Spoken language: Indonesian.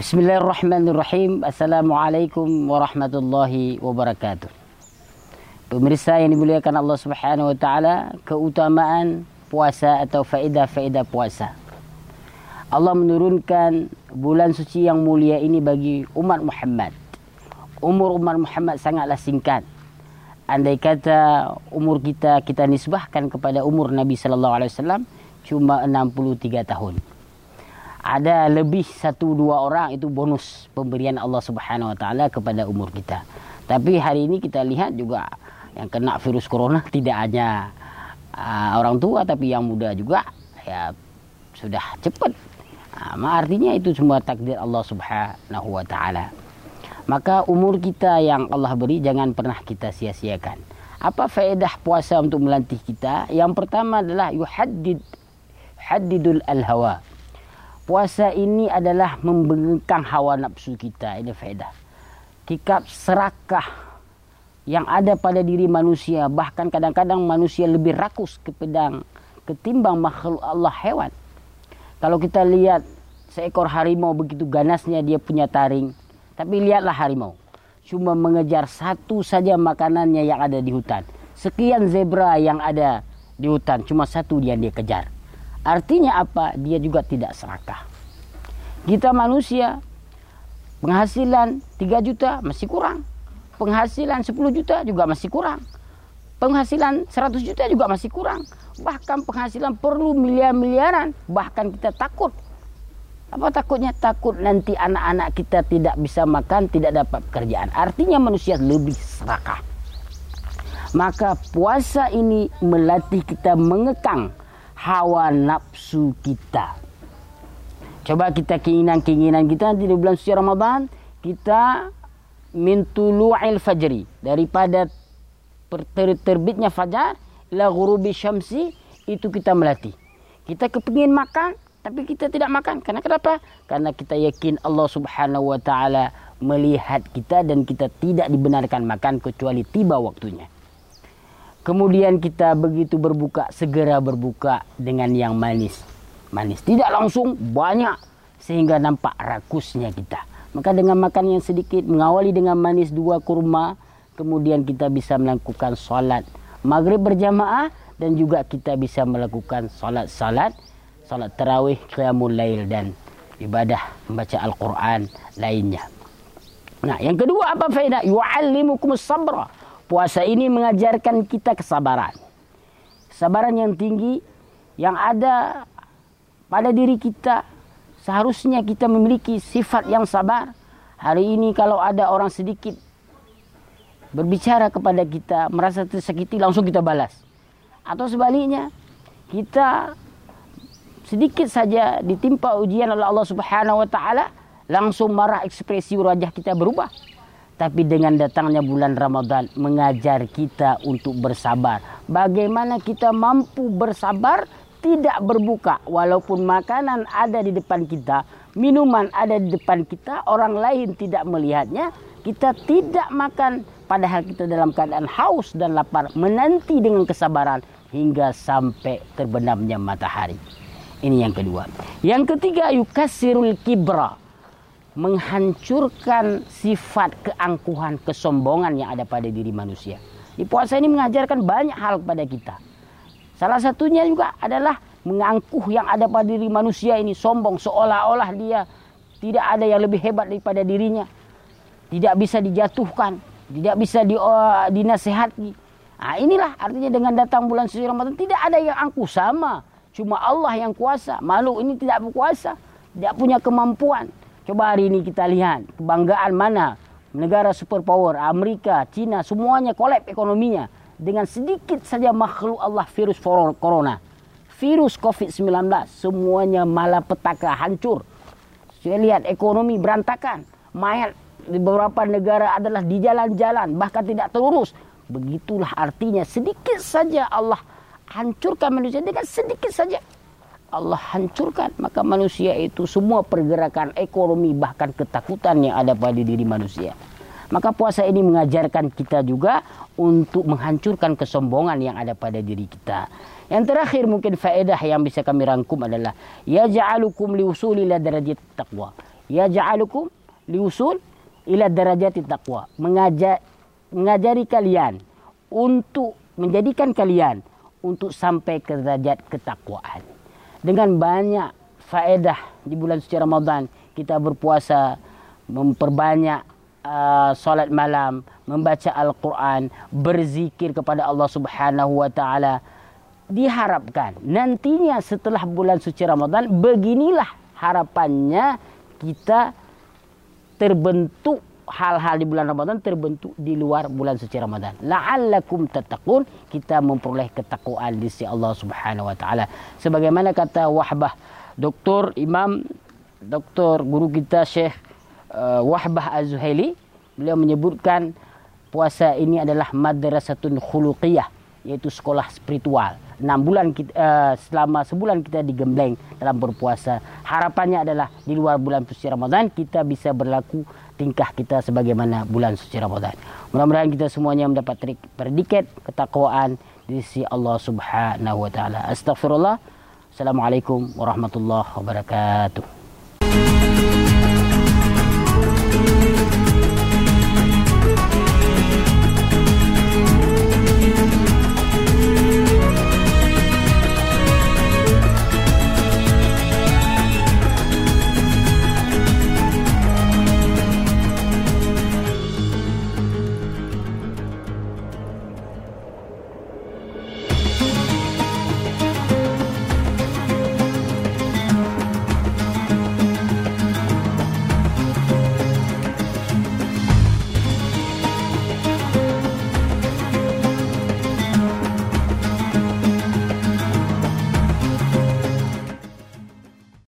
Bismillahirrahmanirrahim. Assalamualaikum warahmatullahi wabarakatuh. Pemirsa yang dimuliakan Allah Subhanahu wa taala, keutamaan puasa atau faedah-faedah puasa. Allah menurunkan bulan suci yang mulia ini bagi umat Muhammad. Umur umat Muhammad sangatlah singkat. Andai kata umur kita nisbahkan kepada umur Nabi sallallahu alaihi wasallam cuma 63 tahun. Ada lebih 1-2 orang itu bonus pemberian Allah Subhanahu wa taala kepada umur kita. Tapi hari ini kita lihat juga yang kena virus corona tidak hanya orang tua tapi yang muda juga ya sudah cepat. Artinya itu semua takdir Allah Subhanahu wa taala. Maka umur kita yang Allah beri jangan pernah kita sia-siakan. Apa faedah puasa untuk melatih kita? Yang pertama adalah yuhaddidul al-hawa. Puasa ini adalah membengkang hawa nafsu kita. Ini faedah. Sikap serakah yang ada pada diri manusia. Bahkan kadang-kadang manusia lebih rakus ketimbang makhluk Allah hewan. Kalau kita lihat seekor harimau begitu ganasnya dia punya taring. Tapi lihatlah harimau. Cuma mengejar satu saja makanannya yang ada di hutan. Sekian zebra yang ada di hutan. Cuma satu yang dia kejar. Artinya apa? Dia juga tidak serakah. Kita manusia penghasilan 3 juta masih kurang. Penghasilan 10 juta juga masih kurang. Penghasilan 100 juta juga masih kurang. Bahkan penghasilan perlu miliar-miliaran. Bahkan kita takut. Apa takutnya? Takut nanti anak-anak kita tidak bisa makan, tidak dapat pekerjaan. Artinya manusia lebih serakah. Maka puasa ini melatih kita mengekang hawa nafsu kita. Coba kita keinginan kita nanti di bulan suci Ramadan, kita min tulu'il fajri, daripada terbitnya fajar ila ghurubi syamsi, itu kita melatih. Kita kepingin makan tapi kita tidak makan. Karena kenapa? Karena kita yakin Allah Subhanahu wa taala melihat kita dan kita tidak dibenarkan makan kecuali tiba waktunya. Kemudian kita begitu berbuka, segera berbuka dengan yang manis. Manis. Tidak langsung banyak sehingga nampak rakusnya kita. Maka dengan makan yang sedikit, mengawali dengan manis 2 kurma. Kemudian kita bisa melakukan salat maghrib berjamaah. Dan juga kita bisa melakukan salat tarawih, qiyamul lail dan ibadah membaca Al-Quran lainnya. Nah, yang kedua apa faedah? Yu'allimukumus sabra. Puasa ini mengajarkan kita kesabaran. Kesabaran yang tinggi yang ada pada diri kita. Seharusnya kita memiliki sifat yang sabar. Hari ini kalau ada orang sedikit berbicara kepada kita, merasa tersakiti, langsung kita balas. Atau sebaliknya, kita sedikit saja ditimpa ujian oleh Allah Subhanahu wa taala, langsung marah, ekspresi wajah kita berubah. Tapi dengan datangnya bulan Ramadan mengajar kita untuk bersabar. Bagaimana kita mampu bersabar, tidak berbuka. Walaupun makanan ada di depan kita, minuman ada di depan kita, orang lain tidak melihatnya, kita tidak makan. Padahal kita dalam keadaan haus dan lapar, menanti dengan kesabaran hingga sampai terbenamnya matahari. Ini yang kedua. Yang ketiga, yukassirul kibra. Menghancurkan sifat keangkuhan, kesombongan yang ada pada diri manusia. Di puasa ini mengajarkan banyak hal kepada kita. Salah satunya juga adalah mengangkuh yang ada pada diri manusia ini, sombong seolah-olah dia tidak ada yang lebih hebat daripada dirinya. Tidak bisa dijatuhkan, tidak bisa dinasehati. Nah, inilah artinya dengan datang bulan suci Ramadan tidak ada yang angkuh, sama. Cuma Allah yang kuasa. Makhluk ini tidak berkuasa, tidak punya kemampuan. Coba hari ini kita lihat kebanggaan mana negara superpower, Amerika, Cina, semuanya kolap ekonominya. Dengan sedikit saja makhluk Allah virus corona, virus COVID-19, semuanya malapetaka, hancur. Saya lihat ekonomi berantakan, mayat di beberapa negara adalah di jalan-jalan, bahkan tidak terurus. Begitulah artinya sedikit saja Allah hancurkan manusia, dengan sedikit saja Allah hancurkan, maka manusia itu semua pergerakan ekonomi bahkan ketakutan yang ada pada diri manusia. Maka puasa ini mengajarkan kita juga untuk menghancurkan kesombongan yang ada pada diri kita. Yang terakhir mungkin faedah yang bisa kami rangkum adalah yaj'alukum liwusuli ila darajat taqwa. yaj'alukum liusul ila darajati taqwa. Mengajari kalian untuk menjadikan kalian untuk sampai ke derajat ketakwaan. Dengan banyak faedah di bulan suci Ramadan, kita berpuasa, memperbanyak solat malam, membaca Al-Quran, berzikir kepada Allah Subhanahu wa taala. Diharapkan nantinya setelah bulan suci Ramadan, beginilah harapannya kita terbentuk hal-hal di bulan Ramadan, terbentuk di luar bulan suci Ramadan. La'allakum tattaqun, kita memperoleh ketakwaan di sisi Allah Subhanahu wa taala. Sebagaimana kata Wahbah, Doktor Imam Doktor guru kita Syekh Wahbah Az-Zuhaili, beliau menyebutkan puasa ini adalah madrasatun khuluqiyah, yaitu sekolah spiritual. 6 bulan selama sebulan kita digembleng dalam berpuasa. Harapannya adalah di luar bulan suci Ramadan kita bisa berlaku tingkah kita sebagaimana bulan suci Ramadan. Mudah-mudahan kita semuanya mendapat predikat ketakwaan di sisi Allah Subhanahu wa taala. Astagfirullah. Assalamualaikum warahmatullahi wabarakatuh.